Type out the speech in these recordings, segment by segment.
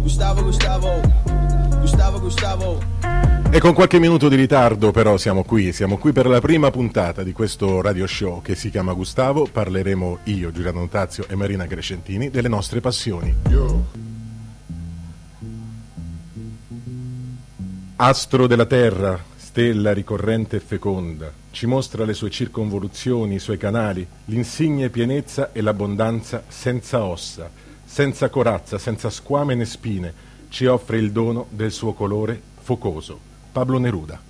Gustavo. E con qualche minuto di ritardo però siamo qui per la prima puntata di questo radio show che si chiama Gustavo. Parleremo io, Giuliano Notazio e Marina Crescentini delle nostre passioni. Astro della Terra, stella ricorrente e feconda, ci mostra le sue circonvoluzioni, i suoi canali, l'insigne pienezza e l'abbondanza senza ossa, senza corazza, senza squame né spine, ci offre il dono del suo colore focoso. Pablo Neruda.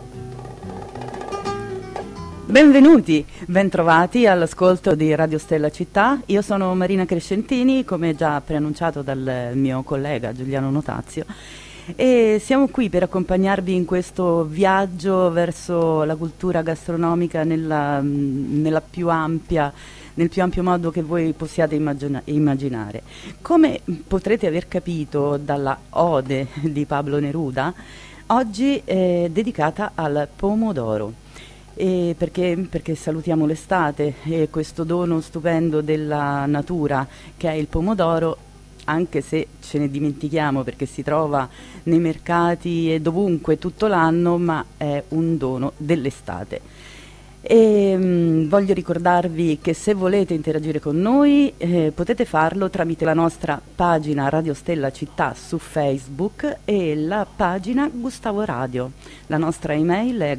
Benvenuti, bentrovati all'ascolto di Radio Stella Città. Io sono Marina Crescentini, come già preannunciato dal mio collega Giuliano Notazio, e siamo qui per accompagnarvi in questo viaggio verso la cultura gastronomica nel più ampio modo che voi possiate immaginare. Come potrete aver capito dalla ode di Pablo Neruda, oggi è dedicata al pomodoro. Perché salutiamo l'estate e questo dono stupendo della natura che è il pomodoro, anche se ce ne dimentichiamo perché si trova nei mercati e dovunque tutto l'anno, ma è un dono dell'estate. Voglio ricordarvi che se volete interagire con noi potete farlo tramite la nostra pagina Radio Stella Città su Facebook e la pagina Gustavo Radio. La nostra email è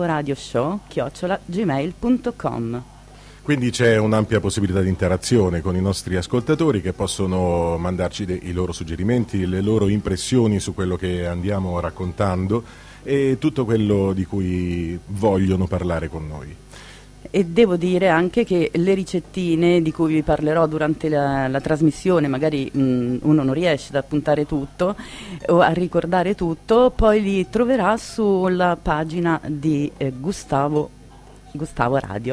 gustavoradioshow@gmail.com. Quindi c'è un'ampia possibilità di interazione con i nostri ascoltatori che possono mandarci i loro suggerimenti, le loro impressioni su quello che andiamo raccontando e tutto quello di cui vogliono parlare con noi. E devo dire anche che le ricettine di cui vi parlerò durante la trasmissione, magari uno non riesce ad appuntare tutto o a ricordare tutto, poi li troverà sulla pagina di Gustavo Radio.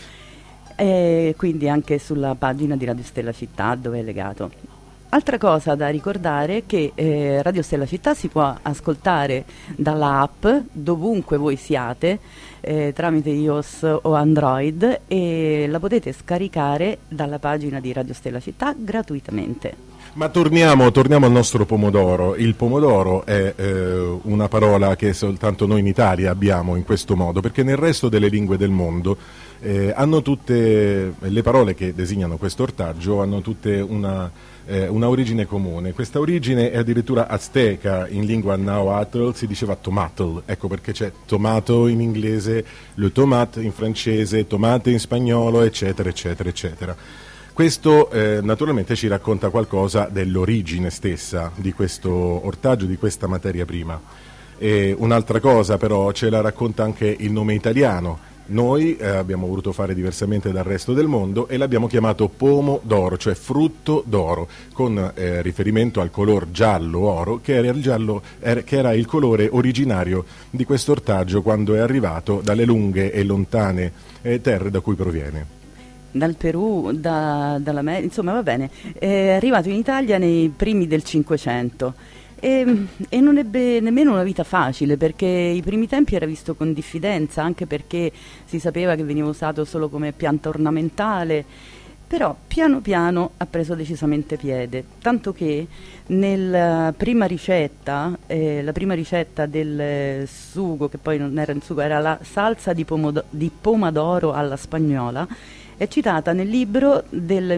E quindi anche sulla pagina di Radio Stella Città, dove è legato. Altra cosa da ricordare è che Radio Stella Città si può ascoltare dalla app dovunque voi siate, tramite iOS o Android, e la potete scaricare dalla pagina di Radio Stella Città gratuitamente. Ma torniamo al nostro pomodoro. Il pomodoro è una parola che soltanto noi in Italia abbiamo in questo modo, perché nel resto delle lingue del mondo hanno tutte le parole che designano questo ortaggio, hanno tutte una origine comune. Questa origine è addirittura azteca. In lingua nahuatl si diceva tomatl, ecco perché c'è tomato in inglese, le tomate in francese, tomate in spagnolo, eccetera eccetera eccetera. Questo naturalmente ci racconta qualcosa dell'origine stessa di questo ortaggio, di questa materia prima. E un'altra cosa però ce la racconta anche il nome italiano. Noi abbiamo voluto fare diversamente dal resto del mondo e l'abbiamo chiamato pomodoro, cioè frutto d'oro, con riferimento al color giallo-oro che era il colore originario di questo ortaggio quando è arrivato dalle lunghe e lontane terre da cui proviene. Dal Perù, dall'America, insomma va bene, è arrivato in Italia nei primi del Cinquecento e non ebbe nemmeno una vita facile, perché i primi tempi era visto con diffidenza, anche perché si sapeva che veniva usato solo come pianta ornamentale, però piano piano ha preso decisamente piede, tanto che nella prima ricetta, la prima ricetta del sugo, che poi non era il sugo, era la salsa di pomodoro alla spagnola, è citata nel libro del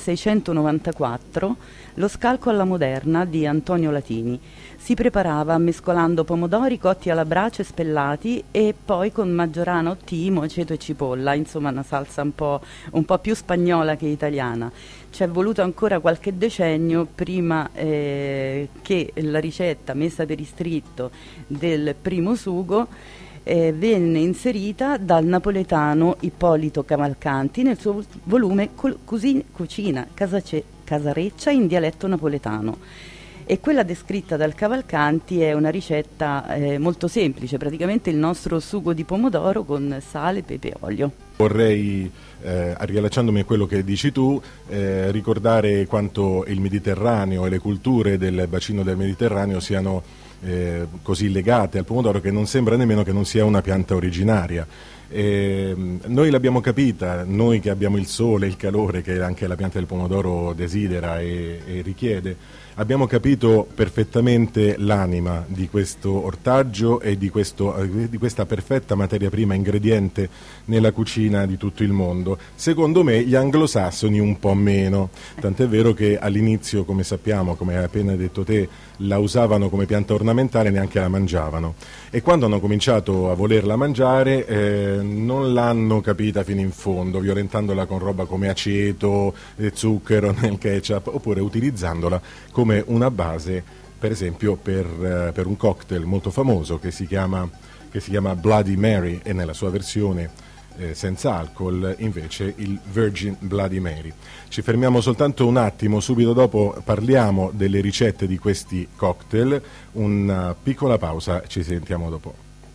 1694, Lo scalco alla moderna di Antonio Latini. Si preparava mescolando pomodori cotti alla brace spellati e poi con maggiorano, timo, aceto e cipolla, insomma una salsa un po' più spagnola che italiana. Ci è voluto ancora qualche decennio prima che la ricetta messa per iscritto del primo sugo venne inserita dal napoletano Ippolito Cavalcanti nel suo volume Cucina Casareccia in dialetto napoletano. E quella descritta dal Cavalcanti è una ricetta molto semplice, praticamente il nostro sugo di pomodoro con sale, pepe e olio. Vorrei, riallacciandomi a quello che dici tu, ricordare quanto il Mediterraneo e le culture del bacino del Mediterraneo siano così legate al pomodoro che non sembra nemmeno che non sia una pianta originaria. Noi l'abbiamo capita, noi che abbiamo il sole, il calore che anche la pianta del pomodoro desidera e richiede. Abbiamo capito perfettamente l'anima di questo ortaggio e di questa perfetta materia prima, ingrediente nella cucina di tutto il mondo. Secondo me gli anglosassoni un po' meno, tant'è vero che all'inizio, come sappiamo, come hai appena detto te, la usavano come pianta ornamentale, neanche la mangiavano. E quando hanno cominciato a volerla mangiare non l'hanno capita fino in fondo, violentandola con roba come aceto, zucchero nel ketchup, oppure utilizzandola come una base, per esempio, per un cocktail molto famoso che si chiama Bloody Mary, e nella sua versione senza alcol invece il Virgin Bloody Mary. Ci fermiamo soltanto un attimo, subito dopo parliamo delle ricette di questi cocktail, una piccola pausa, ci sentiamo dopo.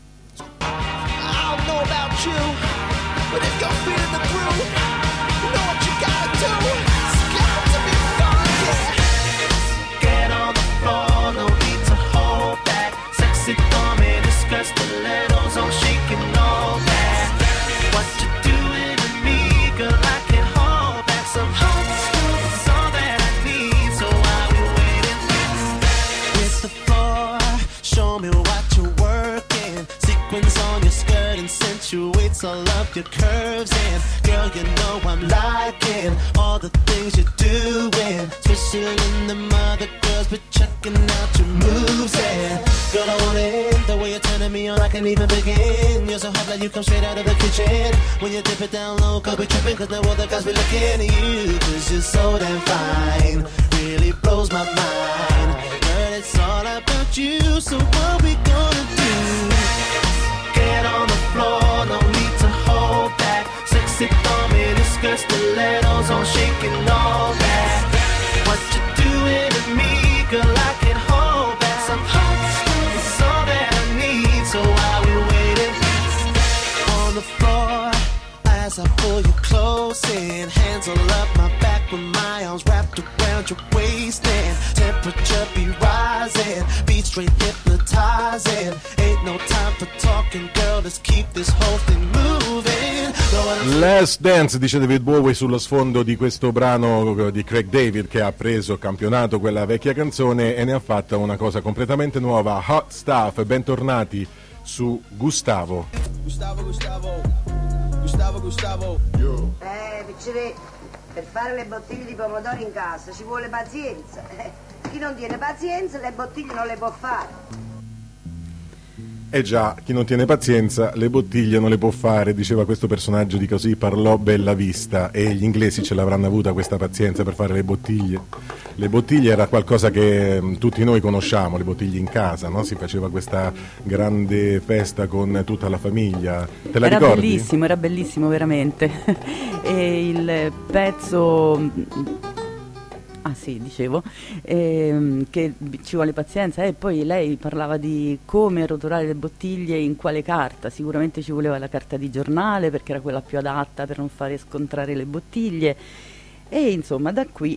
All of your curves, and girl, you know I'm liking all the things you're doing, especially in the mother girls, but checking out your moves, and girl, I want it, the way you're turning me on, I can't even begin. You're so hot like you come straight out of the kitchen. When you dip it down low, could be tripping, cause no other guys be looking at you, cause you're so damn fine, really blows my mind. Girl, it's all about you, so what we gonna do? Get on the floor, no need to hold back. Sexy thumbing in skirt, stilettos on, shaking all that. What you doing to me, girl, I can hold back. Some hot stuff is all that I need, so while we waiting on the floor, as I pull you close in, hands all up my back with my arms wrapped around your waist, and temperature be rising, beat straight hypnotizing. Ain't no time for talking, girl, let's keep this whole thing moving. Last Dance, dice David Bowie sullo sfondo di questo brano di Craig David, che ha preso campionato quella vecchia canzone e ne ha fatta una cosa completamente nuova. Hot Stuff, bentornati su Gustavo. Gustavo. Piccere, per fare le bottiglie di pomodori in casa ci vuole pazienza. Chi non tiene pazienza le bottiglie non le può fare. Eh già, chi non tiene pazienza le bottiglie non le può fare, diceva questo personaggio di Così parlò Bella Vista, e gli inglesi ce l'avranno avuta questa pazienza per fare le bottiglie. Le bottiglie era qualcosa che tutti noi conosciamo, le bottiglie in casa, no? Si faceva questa grande festa con tutta la famiglia. Te la ricordi? Era bellissimo veramente. E il pezzo... Ah sì, dicevo, che ci vuole pazienza, e poi lei parlava di come rotolare le bottiglie, in quale carta. Sicuramente ci voleva la carta di giornale perché era quella più adatta per non fare scontrare le bottiglie, e insomma da qui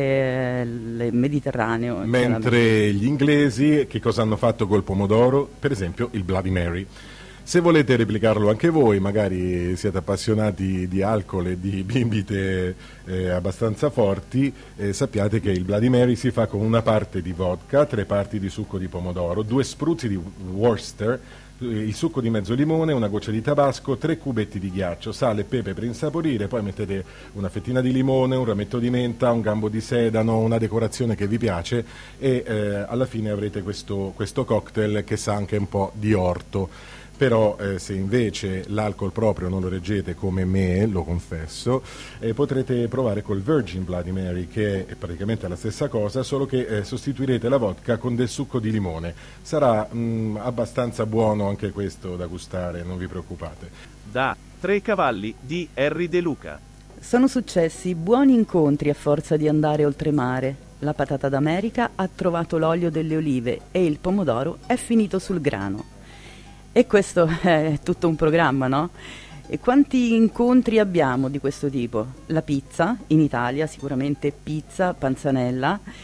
il Mediterraneo. Mentre gli inglesi che cosa hanno fatto col pomodoro? Per esempio il Bloody Mary. Se volete replicarlo anche voi, magari siete appassionati di alcol e di bibite abbastanza forti, sappiate che il Bloody Mary si fa con una parte di vodka, 3 parti di succo di pomodoro, 2 spruzzi di Worcester, il succo di mezzo limone, una goccia di tabasco, 3 cubetti di ghiaccio, sale e pepe per insaporire, poi mettete una fettina di limone, un rametto di menta, un gambo di sedano, una decorazione che vi piace, e alla fine avrete questo cocktail che sa anche un po' di orto. Però se invece l'alcol proprio non lo reggete come me, lo confesso, potrete provare col Virgin Bloody Mary, che è praticamente la stessa cosa, solo che sostituirete la vodka con del succo di limone. Sarà abbastanza buono anche questo da gustare, non vi preoccupate. Da 3 cavalli di Henry De Luca. Sono successi buoni incontri a forza di andare oltremare. La patata d'America ha trovato l'olio delle olive e il pomodoro è finito sul grano. E questo è tutto un programma, no? E quanti incontri abbiamo di questo tipo? La pizza, in Italia sicuramente pizza, panzanella,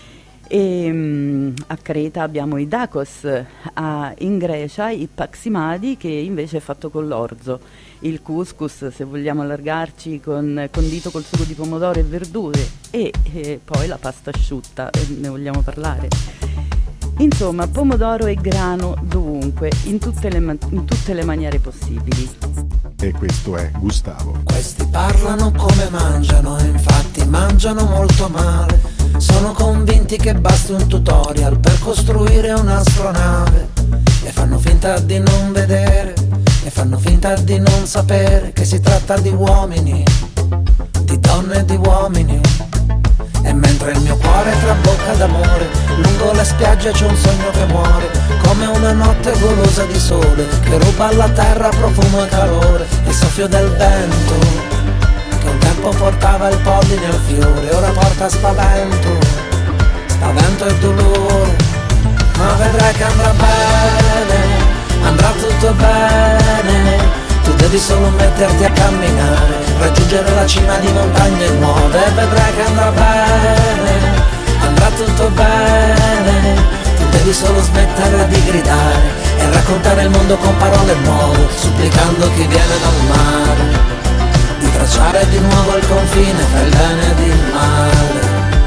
E a Creta abbiamo i Dakos, in Grecia i Paximadi, che invece è fatto con l'orzo, il couscous, se vogliamo allargarci, condito col sugo di pomodoro e verdure, e poi la pasta asciutta, ne vogliamo parlare. Insomma, pomodoro e grano dovunque, in tutte le maniere possibili. E questo è Gustavo. Questi parlano come mangiano, e infatti mangiano molto male. Sono convinti che basti un tutorial per costruire un'astronave, e fanno finta di non vedere, e fanno finta di non sapere che si tratta di uomini, di donne e di uomini. E mentre il mio cuore trabocca d'amore, lungo le spiagge c'è un sogno che muore, come una notte golosa di sole, che ruba alla terra profumo e calore. Il soffio del vento, che un tempo portava il polline al fiore, ora porta spavento, spavento e dolore. Ma vedrai che andrà bene, andrà tutto bene. Tu devi solo metterti a camminare, raggiungere la cima di montagne nuove, e vedrai che andrà bene, andrà tutto bene. Tu devi solo smettere di gridare e raccontare il mondo con parole nuove, supplicando chi viene dal mare di tracciare di nuovo il confine tra il bene ed il male,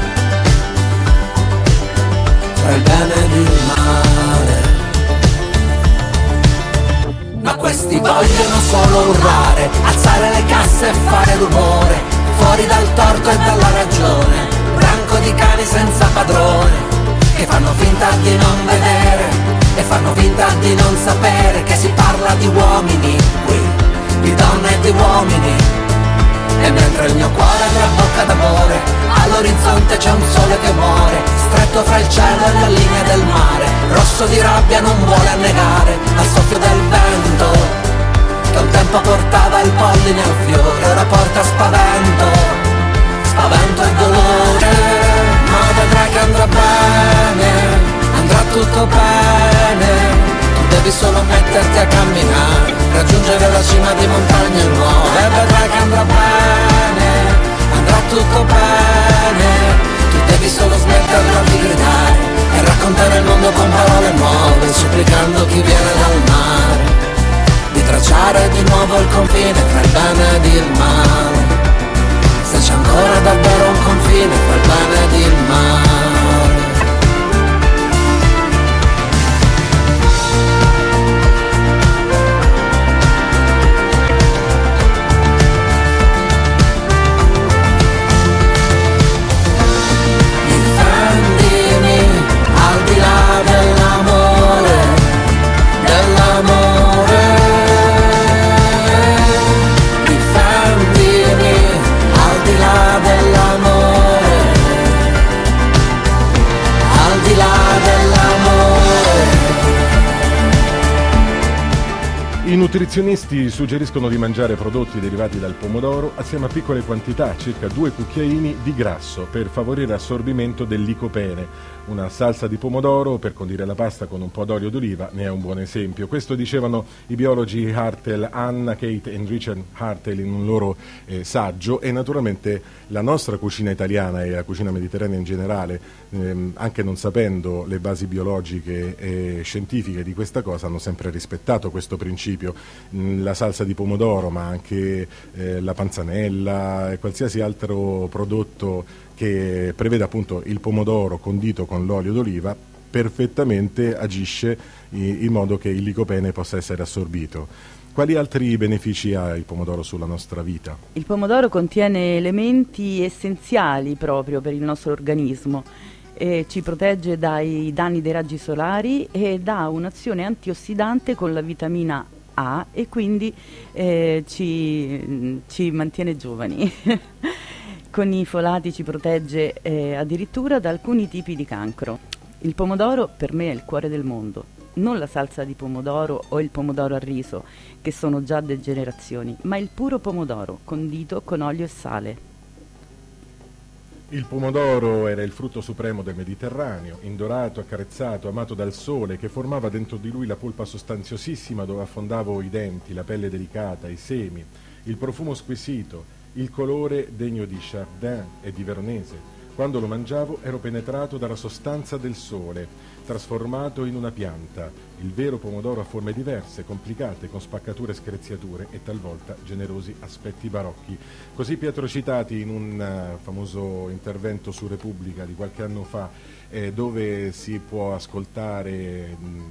tra il bene ed il male. Ma questi vogliono solo urlare, alzare le casse e fare rumore, fuori dal torto e dalla ragione, branco di cani senza padrone, che fanno finta di non vedere, e fanno finta di non sapere che si parla di uomini qui, di donne e di uomini. E mentre il mio cuore trabocca d'amore, all'orizzonte c'è un sole che muore, stretto fra il cielo e la linea del mare, rosso di rabbia non vuole annegare al soffio del vento, che un tempo portava il polline al fiore, ora porta spavento, spavento e dolore. Ma vedrai che andrà bene, andrà tutto bene. Devi solo metterti a camminare, raggiungere la cima di montagne nuove, e vedrai che andrà bene, andrà tutto bene. Tu devi solo smetterla di gridare e raccontare il mondo con parole nuove, supplicando chi viene dal mare di tracciare di nuovo il confine tra il bene ed il male, se c'è ancora davvero un confine tra il bene ed il male. I nutrizionisti suggeriscono di mangiare prodotti derivati dal pomodoro assieme a piccole quantità, circa 2 cucchiaini di grasso, per favorire l'assorbimento del licopene. Una salsa di pomodoro per condire la pasta con un po' d'olio d'oliva ne è un buon esempio. Questo dicevano i biologi Hartel, Anna, Kate e Richard Hartel in un loro saggio, e naturalmente la nostra cucina italiana e la cucina mediterranea in generale, anche non sapendo le basi biologiche e scientifiche di questa cosa, hanno sempre rispettato questo principio. La salsa di pomodoro, ma anche la panzanella e qualsiasi altro prodotto che prevede appunto il pomodoro condito con l'olio d'oliva perfettamente agisce in modo che il licopene possa essere assorbito. Quali altri benefici ha il pomodoro sulla nostra vita? Il pomodoro contiene elementi essenziali proprio per il nostro organismo. Ci protegge dai danni dei raggi solari e dà un'azione antiossidante con la vitamina A, e quindi ci mantiene giovani. Con i folati ci protegge addirittura da alcuni tipi di cancro. Il pomodoro per me è il cuore del mondo, non la salsa di pomodoro o il pomodoro al riso, che sono già degenerazioni, ma il puro pomodoro condito con olio e sale. Il pomodoro era il frutto supremo del Mediterraneo, indorato, accarezzato, amato dal sole, che formava dentro di lui la polpa sostanziosissima dove affondavo i denti, la pelle delicata, i semi, il profumo squisito, il colore degno di Chardin e di Veronese, Quando lo mangiavo ero penetrato dalla sostanza del sole, trasformato in una pianta. Il vero pomodoro ha forme diverse, complicate, con spaccature e screziature e talvolta generosi aspetti barocchi. Così Pietro Citati in un famoso intervento su Repubblica di qualche anno fa, dove si può ascoltare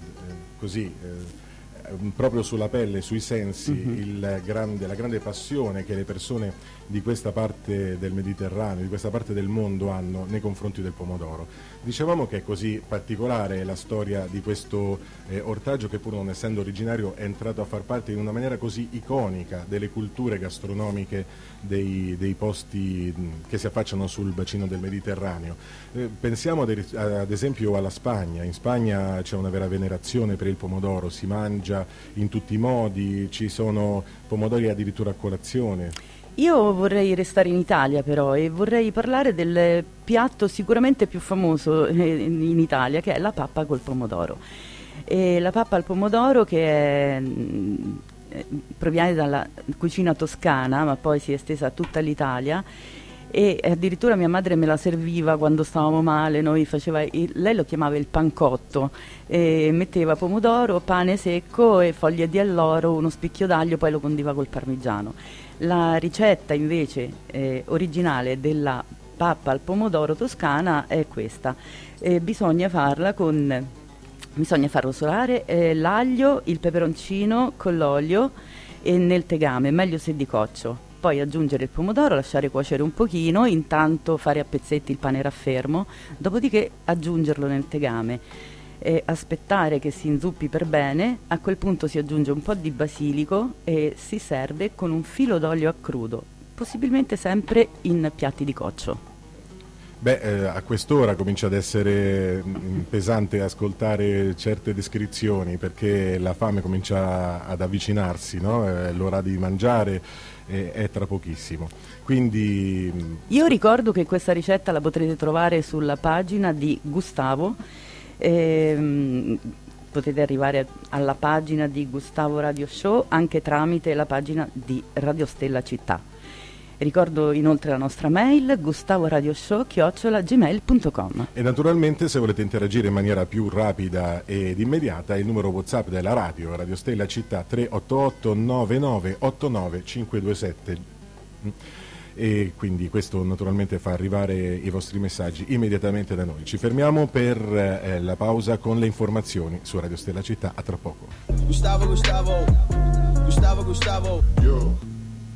proprio sulla pelle, sui sensi, la grande passione che le persone di questa parte del Mediterraneo, di questa parte del mondo hanno nei confronti del pomodoro. Dicevamo che è così particolare la storia di questo ortaggio che, pur non essendo originario, è entrato a far parte in una maniera così iconica delle culture gastronomiche dei posti che si affacciano sul bacino del Mediterraneo. Pensiamo ad esempio alla Spagna. In Spagna c'è una vera venerazione per il pomodoro, si mangia in tutti i modi, ci sono pomodori addirittura a colazione. Io vorrei restare in Italia però e vorrei parlare del piatto sicuramente più famoso in Italia, che è la pappa col pomodoro. E la pappa al pomodoro, che proviene dalla cucina toscana, ma poi si è estesa a tutta l'Italia, e addirittura mia madre me la serviva quando stavamo male. Lei lo chiamava il pancotto, e metteva pomodoro, pane secco e foglie di alloro, uno spicchio d'aglio, poi lo condiva col parmigiano. La ricetta invece originale della pappa al pomodoro toscana è questa. Bisogna far rosolare l'aglio, il peperoncino con l'olio e nel tegame, meglio se di coccio. Poi aggiungere il pomodoro, lasciare cuocere un pochino, intanto fare a pezzetti il pane raffermo, dopodiché aggiungerlo nel tegame, aspettare che si inzuppi per bene. A quel punto si aggiunge un po' di basilico e si serve con un filo d'olio a crudo, possibilmente sempre in piatti di coccio. A quest'ora comincia ad essere pesante ascoltare certe descrizioni, perché la fame comincia ad avvicinarsi, no? L'ora di mangiare è tra pochissimo. Quindi io ricordo che questa ricetta la potrete trovare sulla pagina di Gustavo. Potete arrivare alla pagina di Gustavo Radio Show anche tramite la pagina di Radio Stella Città. Ricordo inoltre la nostra mail gustavoradioshow@gmail.com. E naturalmente, se volete interagire in maniera più rapida ed immediata, il numero WhatsApp della Radio Stella Città 388 9989 527. E quindi questo naturalmente fa arrivare i vostri messaggi immediatamente da noi. Ci fermiamo per la pausa con le informazioni su Radio Stella Città. A tra poco. Gustavo. Yo.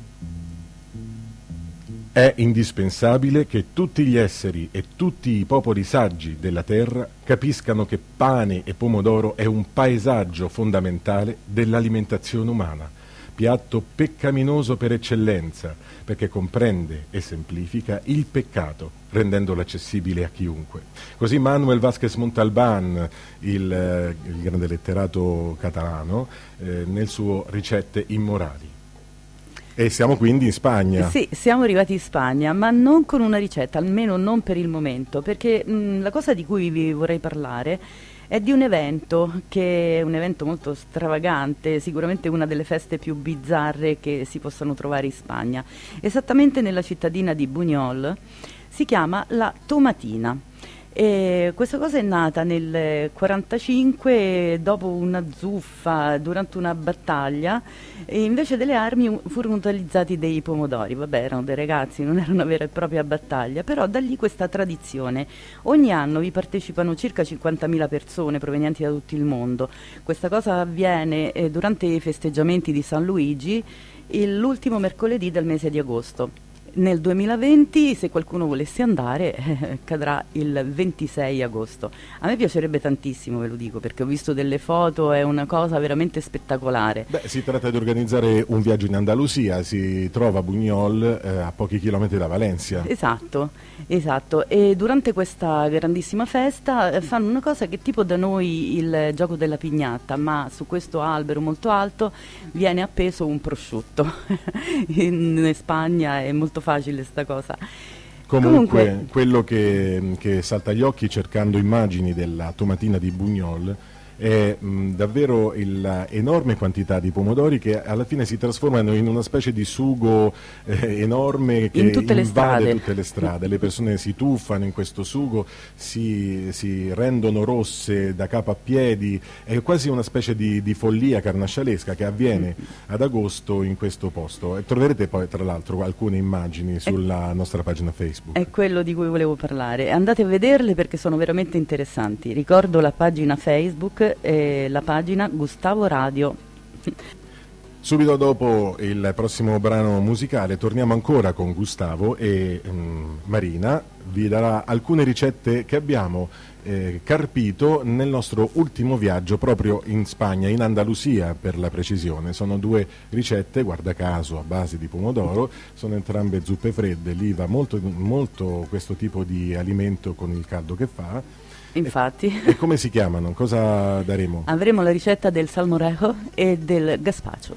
È indispensabile che tutti gli esseri e tutti i popoli saggi della terra capiscano che pane e pomodoro è un paesaggio fondamentale dell'alimentazione umana, piatto peccaminoso per eccellenza, perché comprende e semplifica il peccato, rendendolo accessibile a chiunque. Così Manuel Vázquez Montalbán, il grande letterato catalano, nel suo Ricette immorali. E siamo quindi in Spagna. Sì, siamo arrivati in Spagna, ma non con una ricetta, almeno non per il momento, perché la cosa di cui vi vorrei parlare è di un evento che è un evento molto stravagante, sicuramente una delle feste più bizzarre che si possano trovare in Spagna. Esattamente nella cittadina di Buñol si chiama la Tomatina. E questa cosa è nata nel 1945 dopo una zuffa durante una battaglia, e invece delle armi furono utilizzati dei pomodori. Vabbè, erano dei ragazzi, non era una vera e propria battaglia, però da lì questa tradizione. Ogni anno vi partecipano circa 50.000 persone provenienti da tutto il mondo. Questa cosa avviene durante i festeggiamenti di San Luigi, l'ultimo mercoledì del mese di agosto. Nel 2020, se qualcuno volesse andare, cadrà il 26 agosto. A me piacerebbe tantissimo, ve lo dico, perché ho visto delle foto, è una cosa veramente spettacolare. Si tratta di organizzare un viaggio in Andalusia, si trova a Buñol, a pochi chilometri da Valencia. Esatto. E durante questa grandissima festa fanno una cosa che è tipo da noi il gioco della pignata, ma su questo albero molto alto viene appeso un prosciutto. In Spagna è molto facile sta cosa. Comunque quello che salta agli occhi cercando immagini della Tomatina di Buñol è davvero l'enorme quantità di pomodori che alla fine si trasformano in una specie di sugo enorme che invade tutte le strade. Le persone si tuffano in questo sugo, si rendono rosse da capo a piedi, è quasi una specie di follia carnascialesca che avviene ad agosto in questo posto. E troverete poi tra l'altro alcune immagini sulla nostra pagina Facebook. È quello di cui volevo parlare, andate a vederle perché sono veramente interessanti. Ricordo la pagina Facebook e la pagina Gustavo Radio. Subito dopo il prossimo brano musicale torniamo ancora con Gustavo e Marina vi darà alcune ricette che abbiamo carpito nel nostro ultimo viaggio proprio in Spagna, in Andalusia per la precisione. Sono 2 ricette, guarda caso, a base di pomodoro, sono entrambe zuppe fredde, lì va molto, molto questo tipo di alimento con il caldo che fa. Infatti. E come si chiamano? Cosa daremo? Avremo la ricetta del salmorejo e del gazpacho.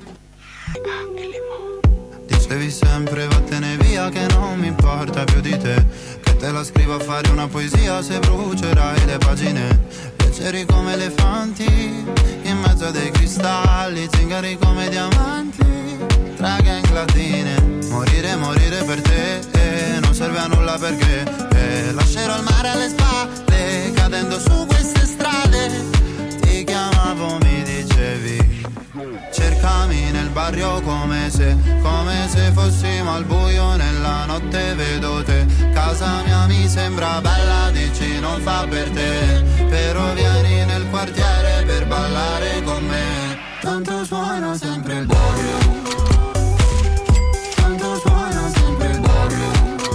Dicevi sempre vattene via che non mi importa più di te, che te la scrivo a fare una poesia se brucerai le pagine. Leggeri come elefanti in mezzo a dei cristalli, zingari come diamanti tra gang latine. Morire, morire per te non serve a nulla perché lascerò il mare alle spalle cadendo su queste strade. Ti chiamavo, mi dicevi cercami nel barrio come se fossimo al buio nella notte, vedo te. Casa mia mi sembra bella, dici non fa per te, però vieni nel quartiere per ballare con me. Tanto suona sempre il barrio, tanto suona sempre il barrio,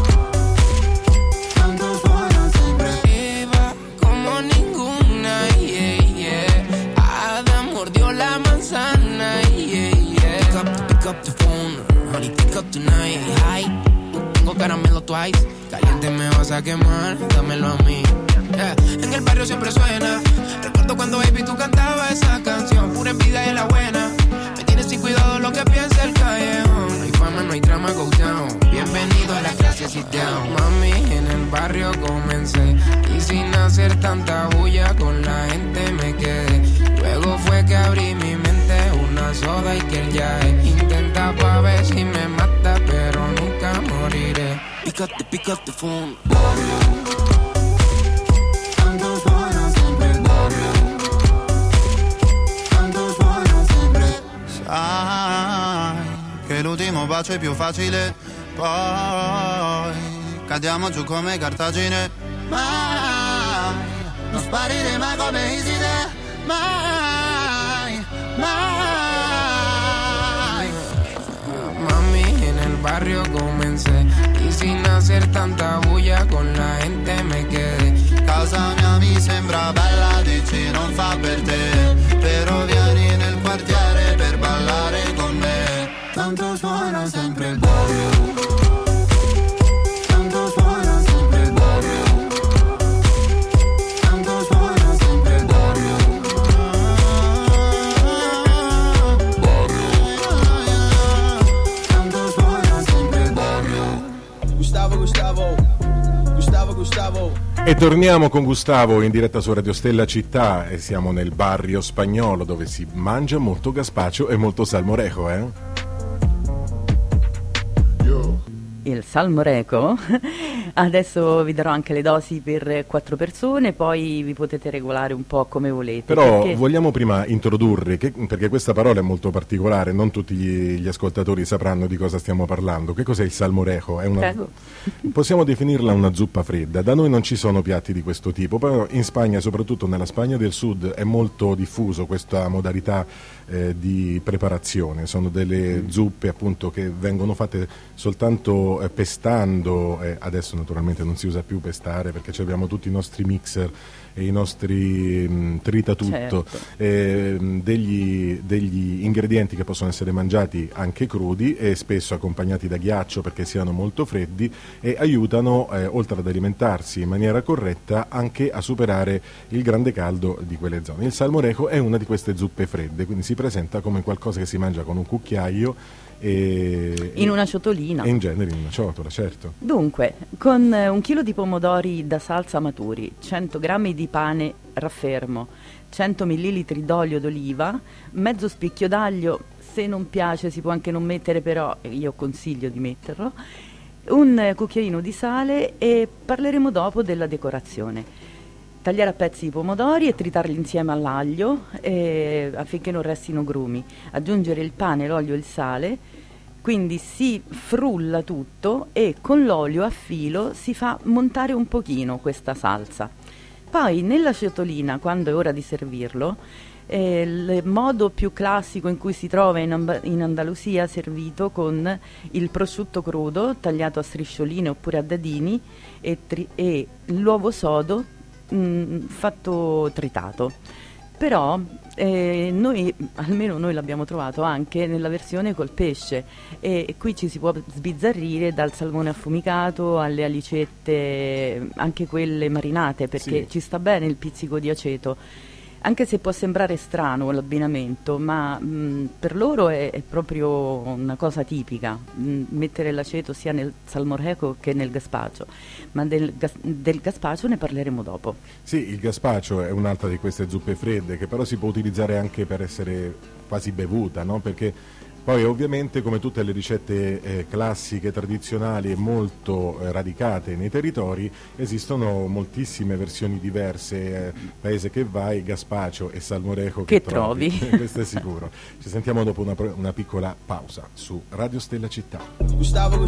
tanto suona sempre. Eva como ninguna, yeah, yeah. Adam mordió la manzana, yeah, yeah. Pick up the phone, honey, pick up tonight. Hi, tengo caramelo twice, caliente me vas a quemar, dámelo a mí. Yeah. En el barrio siempre suena, recuerdo cuando baby tú cantabas esa canción, pura envidia y la buena. Me tienes sin cuidado lo que piensa el callejón. No hay fama, no hay drama, go down. Bienvenido a la clase, sit down. Mami, en el barrio comencé y sin hacer tanta bulla con la gente me quedé. Luego fue que abrí mi mente, una soda y que el yae. Intenta pa' ver si me mata, pero nunca moriré. Pick up the phone. Tanto suona sempre il barrio, tanto suona sempre. Sai che l'ultimo bacio è più facile, poi cadiamo giù come Cartagine. Mai, non sparire mai come Iside, mai, mai. Mami, en el barrio comencé y sin hacer tanta bulla con la gente me quedé. Casa mia mi sembra bella, dici non fa per te, però vieni nel quartiere per ballare con me. Tanto suona sempre il barrio, tanto suona sempre il barrio, tanto suona sempre il barrio, tanto suona sempre il barrio. Gustavo. E torniamo con Gustavo in diretta su Radio Stella Città e siamo nel barrio spagnolo dove si mangia molto gazpacho e molto salmorejo, Il salmorejo. Adesso vi darò anche le dosi per 4 persone, poi vi potete regolare un po' come volete. Però perché... vogliamo prima introdurre, perché questa parola è molto particolare, non tutti gli ascoltatori sapranno di cosa stiamo parlando. Che cos'è il salmorejo? Possiamo definirla una zuppa fredda. Da noi non ci sono piatti di questo tipo, però in Spagna, soprattutto nella Spagna del Sud, è molto diffuso questa modalità di preparazione. Sono delle zuppe appunto che vengono fatte soltanto pestando, adesso naturalmente non si usa più pestare perché abbiamo tutti i nostri mixer e i nostri tritatutto, degli ingredienti che possono essere mangiati anche crudi e spesso accompagnati da ghiaccio perché siano molto freddi e aiutano, oltre ad alimentarsi in maniera corretta, anche a superare il grande caldo di quelle zone. Il salmorejo è una di queste zuppe fredde, quindi si presenta come qualcosa che si mangia con un cucchiaio in una ciotolina. E in genere in una ciotola, certo. Dunque, con 1 chilo di pomodori da salsa maturi, 100 grammi di pane raffermo, 100 ml d'olio d'oliva, mezzo spicchio d'aglio, se non piace si può anche non mettere, però io consiglio di metterlo, un cucchiaino di sale, e parleremo dopo della decorazione. Tagliare a pezzi i pomodori e tritarli insieme all'aglio affinché non restino grumi. Aggiungere il pane, l'olio e il sale, quindi si frulla tutto e con l'olio a filo si fa montare un pochino questa salsa. Poi nella ciotolina, quando è ora di servirlo, il modo più classico in cui si trova in Andalusia, servito con il prosciutto crudo tagliato a striscioline oppure a dadini e l'uovo sodo fatto tritato. Però almeno noi l'abbiamo trovato anche nella versione col pesce, e qui ci si può sbizzarrire dal salmone affumicato alle alicette, anche quelle marinate, perché ci sta bene il pizzico di aceto. Anche se può sembrare strano l'abbinamento, ma per loro è proprio una cosa tipica, mettere l'aceto sia nel salmorejo che nel gazpacho, ma del gazpacho ne parleremo dopo. Sì, il gazpacho è un'altra di queste zuppe fredde che però si può utilizzare anche per essere quasi bevuta, no? Perché poi ovviamente, come tutte le ricette classiche, tradizionali e molto radicate nei territori, esistono moltissime versioni diverse, paese che vai, gazpacho e salmorejo che trovi. Questo è sicuro. Ci sentiamo dopo una piccola pausa su Radio Stella Città. Gustavo.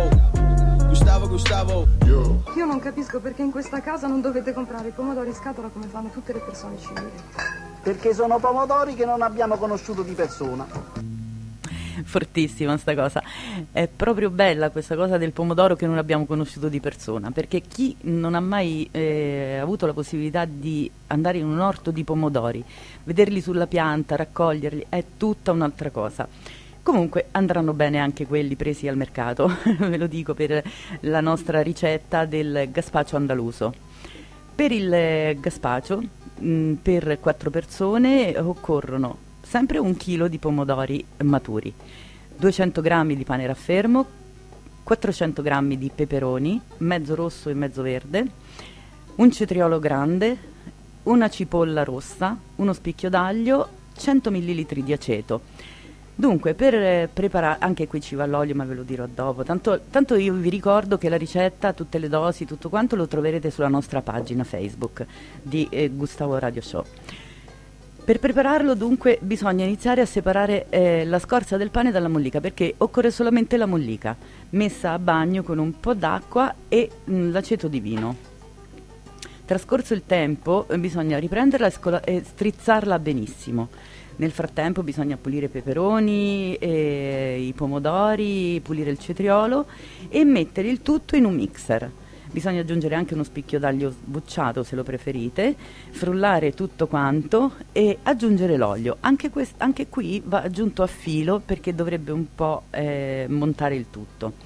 Io non capisco perché in questa casa non dovete comprare i pomodori in scatola come fanno tutte le persone civili. Perché sono pomodori che non abbiamo conosciuto di persona. Fortissima sta cosa, è proprio bella questa cosa del pomodoro che non abbiamo conosciuto di persona, perché chi non ha mai avuto la possibilità di andare in un orto di pomodori, vederli sulla pianta, raccoglierli, è tutta un'altra cosa. Comunque andranno bene anche quelli presi al mercato, ve lo dico, per la nostra ricetta del gazpacho andaluso. Per il gazpacho, per 4 persone occorrono sempre 1 chilo di pomodori maturi, 200 grammi di pane raffermo, 400 grammi di peperoni, mezzo rosso e mezzo verde, un cetriolo grande, una cipolla rossa, uno spicchio d'aglio, 100 ml di aceto. Dunque, per preparare, anche qui ci va l'olio, ma ve lo dirò dopo, tanto io vi ricordo che la ricetta, tutte le dosi, tutto quanto lo troverete sulla nostra pagina Facebook di Gustavo Radio Show. Per prepararlo dunque bisogna iniziare a separare la scorza del pane dalla mollica, perché occorre solamente la mollica messa a bagno con un po' d'acqua e l'aceto di vino. Trascorso il tempo bisogna riprenderla e strizzarla benissimo. Nel frattempo bisogna pulire i peperoni, i pomodori, pulire il cetriolo e mettere il tutto in un mixer. Bisogna aggiungere anche uno spicchio d'aglio sbucciato se lo preferite, frullare tutto quanto e aggiungere l'olio. Anche qui va aggiunto a filo perché dovrebbe un po' montare il tutto.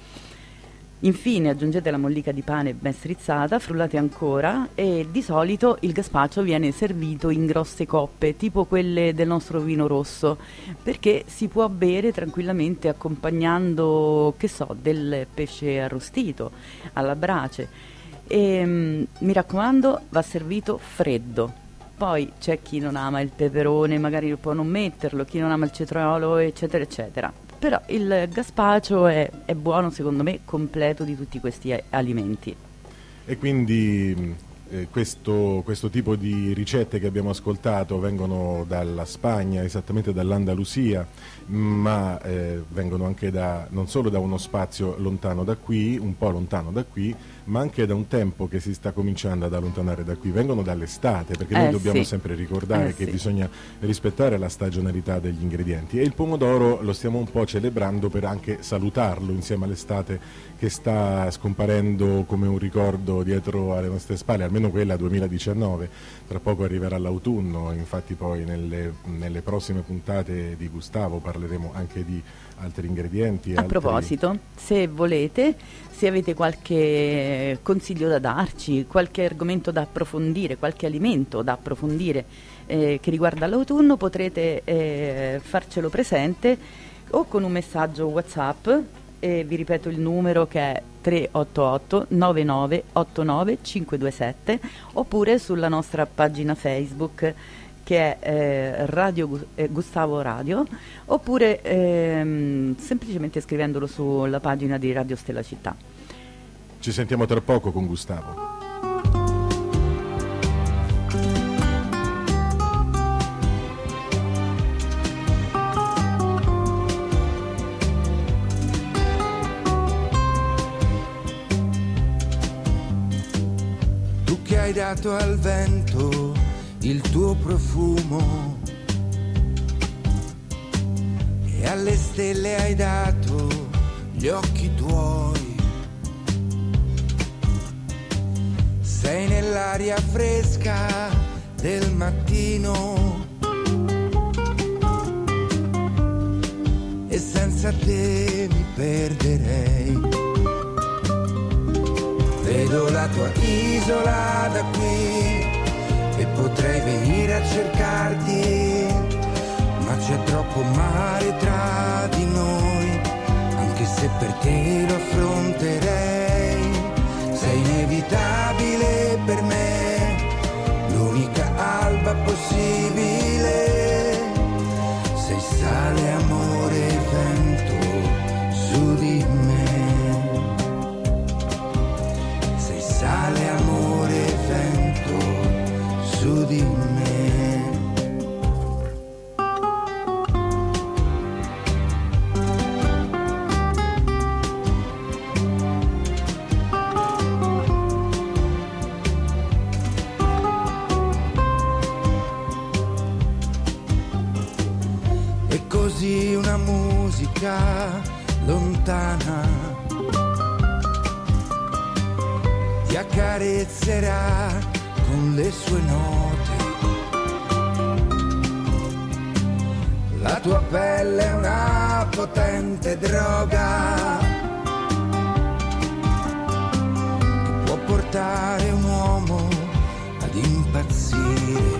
Infine aggiungete la mollica di pane ben strizzata, frullate ancora, e di solito il gazpacho viene servito in grosse coppe, tipo quelle del nostro vino rosso, perché si può bere tranquillamente accompagnando, che so, del pesce arrostito alla brace. E, mi raccomando, va servito freddo. Poi c'è chi non ama il peperone, magari può non metterlo, chi non ama il cetriolo, eccetera, eccetera. Però il gazpacho è buono, secondo me, completo di tutti questi alimenti. E quindi questo tipo di ricette che abbiamo ascoltato vengono dalla Spagna, esattamente dall'Andalusia, ma vengono anche non solo da uno spazio lontano da qui, un po' lontano da qui, ma anche da un tempo che si sta cominciando ad allontanare da qui. Vengono dall'estate, perché noi dobbiamo sempre ricordare che bisogna rispettare la stagionalità degli ingredienti, e il pomodoro lo stiamo un po' celebrando per anche salutarlo insieme all'estate che sta scomparendo come un ricordo dietro alle nostre spalle, almeno quella 2019. Tra poco arriverà l'autunno, infatti poi nelle prossime puntate di Gustavo parleremo anche di altri ingredienti. A proposito, se volete, se avete qualche consiglio da darci, qualche argomento da approfondire, qualche alimento da approfondire che riguarda l'autunno, potrete farcelo presente o con un messaggio WhatsApp, vi ripeto il numero che è 388 99 89 527 oppure sulla nostra pagina Facebook che è Gustavo Radio, oppure semplicemente scrivendolo sulla pagina di Radio Stella Città. Ci sentiamo tra poco con Gustavo. Tu che hai dato al vento il tuo profumo e alle stelle hai dato gli occhi tuoi, sei nell'aria fresca del mattino e senza te mi perderei. Vedo la tua isola da qui e potrei venire a cercarti, ma c'è troppo mare tra di noi, anche se per te lo affronterei. Sei inevitabile per me, l'unica alba possibile. Sei sale, amore e vento su di me. Sei sale, amore e vento su di me. E così una musica lontana ti accarezzerà con le sue note. La tua pelle è una potente droga che può portare un uomo ad impazzire.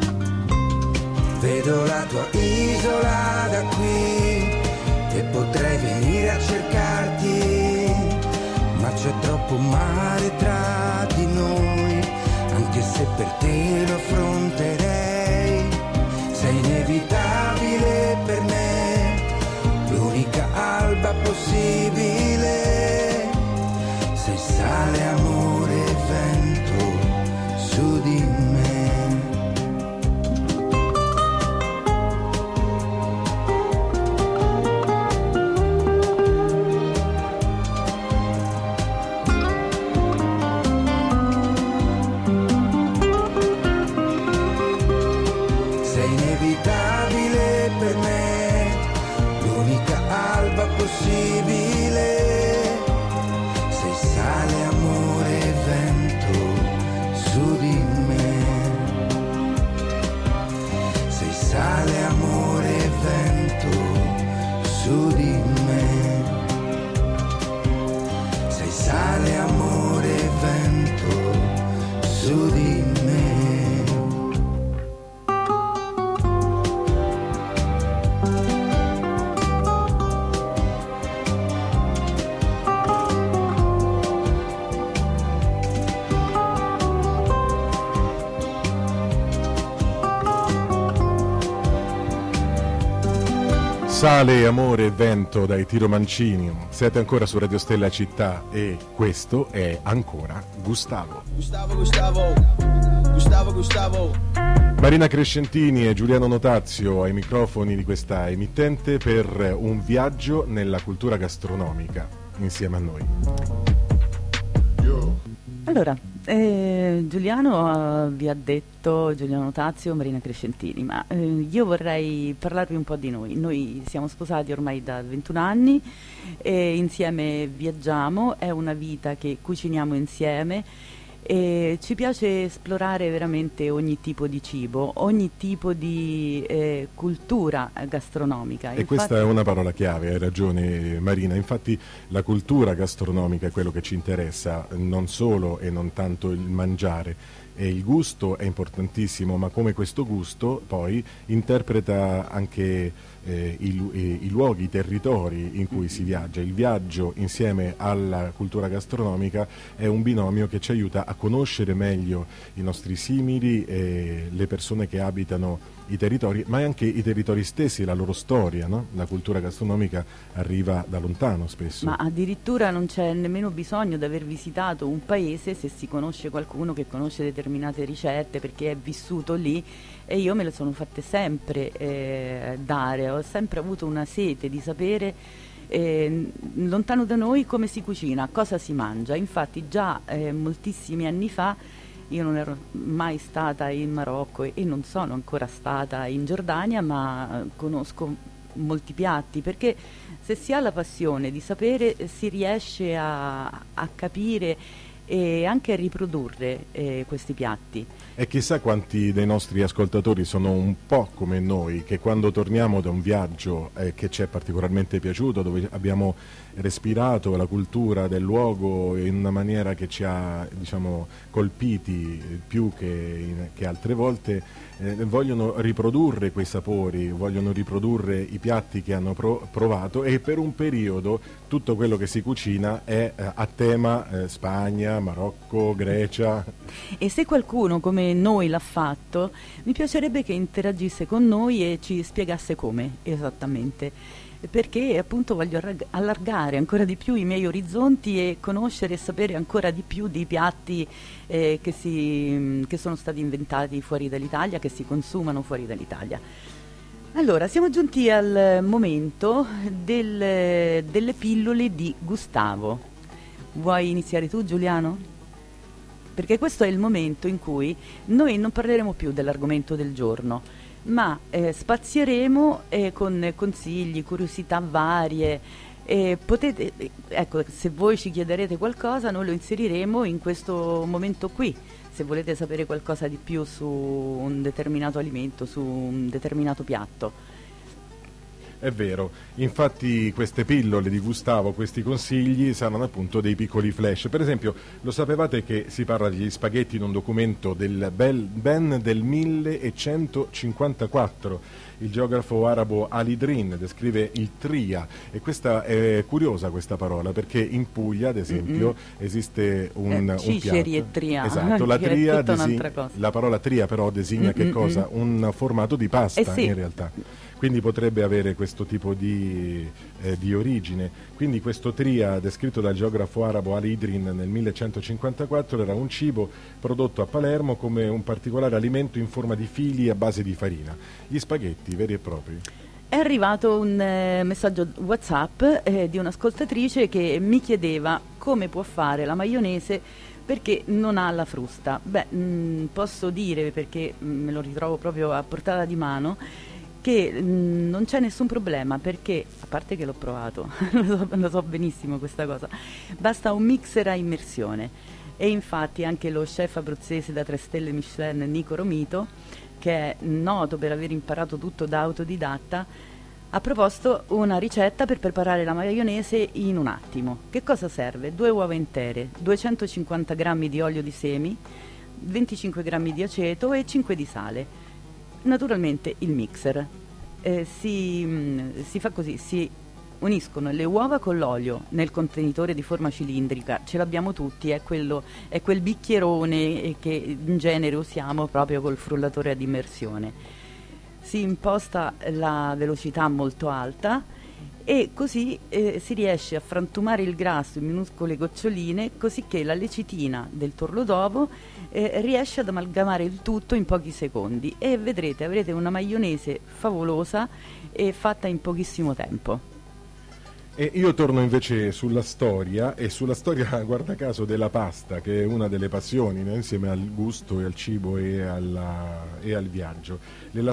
Vedo la tua isola da qui e potrei venire a cercarti, ma c'è troppo mare tra di noi, anche se per te lo affronterei. Sei inevitabile per me, l'unica alba possibile. Sei sale, amore e vento su di me. Sale, amore e vento dai Tiro Mancini. Siete ancora su Radio Stella Città e questo è ancora Gustavo. Gustavo. Marina Crescentini e Giuliano Notazio ai microfoni di questa emittente per un viaggio nella cultura gastronomica insieme a noi. Allora, Giuliano vi ha detto, Giuliano Notazio, Marina Crescentini, ma io vorrei parlarvi un po' di noi. Noi siamo sposati ormai da 21 anni e insieme viaggiamo, è una vita che cuciniamo insieme e ci piace esplorare veramente ogni tipo di cibo, ogni tipo di cultura gastronomica. E infatti, questa è una parola chiave, hai ragione Marina, infatti la cultura gastronomica è quello che ci interessa, non solo e non tanto il mangiare. il gusto è importantissimo, ma come questo gusto poi interpreta anche i luoghi, i territori in cui si viaggia. Il viaggio insieme alla cultura gastronomica è un binomio che ci aiuta a conoscere meglio i nostri simili, le persone che abitano i territori, ma anche i territori stessi, la loro storia, no? La cultura gastronomica arriva da lontano spesso. Ma addirittura non c'è nemmeno bisogno di aver visitato un paese se si conosce qualcuno che conosce determinate ricette perché è vissuto lì, e io me le sono fatte sempre dare, ho sempre avuto una sete di sapere lontano da noi come si cucina, cosa si mangia. Infatti già moltissimi anni fa io non ero mai stata in Marocco e non sono ancora stata in Giordania, ma conosco molti piatti, perché se si ha la passione di sapere si riesce a capire e anche a riprodurre questi piatti. E chissà quanti dei nostri ascoltatori sono un po' come noi, che quando torniamo da un viaggio che ci è particolarmente piaciuto, dove abbiamo respirato la cultura del luogo in una maniera che ci ha, diciamo, colpiti più che altre volte, vogliono riprodurre quei sapori, vogliono riprodurre i piatti che hanno provato, e per un periodo tutto quello che si cucina è a tema Spagna, Marocco, Grecia. E se qualcuno come noi l'ha fatto, mi piacerebbe che interagisse con noi e ci spiegasse come esattamente, perché appunto voglio allargare ancora di più i miei orizzonti e conoscere e sapere ancora di più dei piatti che sono stati inventati fuori dall'Italia, che si consumano fuori dall'Italia. Allora, siamo giunti al momento delle pillole di Gustavo. Vuoi iniziare tu, Giuliano? Perché questo è il momento in cui noi non parleremo più dell'argomento del giorno, ma spazieremo con consigli, curiosità varie. Potete, ecco, se voi ci chiederete qualcosa, noi lo inseriremo in questo momento qui. Se volete sapere qualcosa di più su un determinato alimento, su un determinato piatto. È vero, infatti queste pillole di Gustavo, questi consigli saranno appunto dei piccoli flash. Per esempio, lo sapevate che si parla degli spaghetti in un documento ben del 1154? Il geografo arabo Ali Drin descrive il tria, e questa è curiosa questa parola, perché in Puglia, ad esempio, esiste un Ciceri piatto. e tria. Esatto, la tria la parola tria però designa che cosa? Un formato di pasta, sì. In realtà. Quindi potrebbe avere questo tipo di origine. Quindi questo tria, descritto dal geografo arabo Ali Drin nel 1154, era un cibo prodotto a Palermo come un particolare alimento in forma di fili a base di farina. Gli spaghetti veri e propri. È arrivato un messaggio WhatsApp di un'ascoltatrice che mi chiedeva come può fare la maionese perché non ha la frusta. Posso dire, perché me lo ritrovo proprio a portata di mano, che non c'è nessun problema, perché, a parte che l'ho provato, lo so benissimo questa cosa, basta un mixer a immersione. E infatti anche lo chef abruzzese da 3 stelle Michelin Nico Romito, che è noto per aver imparato tutto da autodidatta, ha proposto una ricetta per preparare la maionese in un attimo. Che cosa serve? 2 uova intere, 250 g di olio di semi, 25 g di aceto e 5 di sale. Naturalmente il mixer si fa così: si uniscono le uova con l'olio nel contenitore di forma cilindrica, ce l'abbiamo tutti, è quel bicchierone che in genere usiamo proprio col frullatore ad immersione. Si imposta la velocità molto alta e così si riesce a frantumare il grasso in minuscole goccioline, così che la lecitina del torlo d'uovo riesce ad amalgamare il tutto in pochi secondi, e vedrete, avrete una maionese favolosa e fatta in pochissimo tempo. E io torno invece sulla storia, guarda caso, della pasta, che è una delle passioni, no? Insieme al gusto e al cibo e al viaggio. Le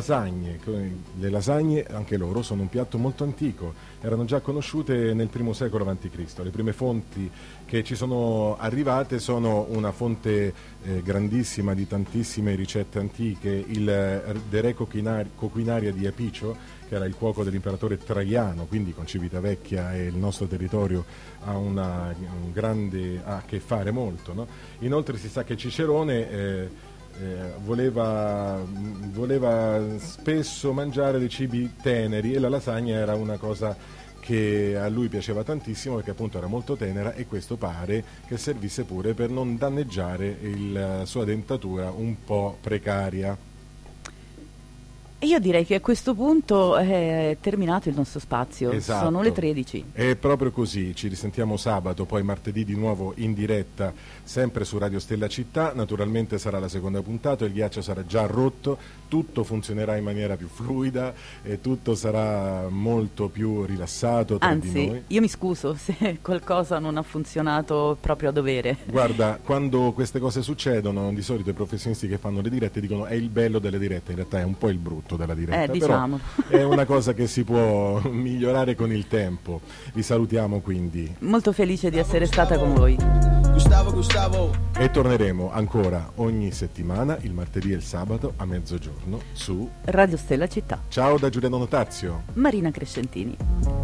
lasagne anche loro sono un piatto molto antico, erano già conosciute nel I secolo a.C. Le prime fonti che ci sono arrivate sono una fonte grandissima di tantissime ricette antiche, il De Re Coquinaria di Apicio, che era il cuoco dell'imperatore Traiano, quindi con Civitavecchia e il nostro territorio ha a che fare molto, no? Inoltre si sa che Cicerone voleva spesso mangiare dei cibi teneri e la lasagna era una cosa che a lui piaceva tantissimo perché appunto era molto tenera, e questo pare che servisse pure per non danneggiare la sua dentatura un po' precaria. Io direi che a questo punto è terminato il nostro spazio. Esatto. Sono le 13. È proprio così, ci risentiamo sabato, poi martedì di nuovo in diretta, sempre su Radio Stella Città. Naturalmente sarà la seconda puntata, il ghiaccio sarà già rotto, tutto funzionerà in maniera più fluida e tutto sarà molto più rilassato tra di noi. Anzi, io mi scuso se qualcosa non ha funzionato proprio a dovere. Guarda, quando queste cose succedono, di solito i professionisti che fanno le dirette dicono è il bello delle dirette, in realtà è un po' il brutto della diretta, diciamo. Però è una cosa che si può migliorare con il tempo. Vi salutiamo quindi. Molto felice di essere stata con voi. Gustavo. E torneremo ancora ogni settimana, il martedì e il sabato a mezzogiorno su Radio Stella Città. Ciao da Giuliano Notazio, Marina Crescentini.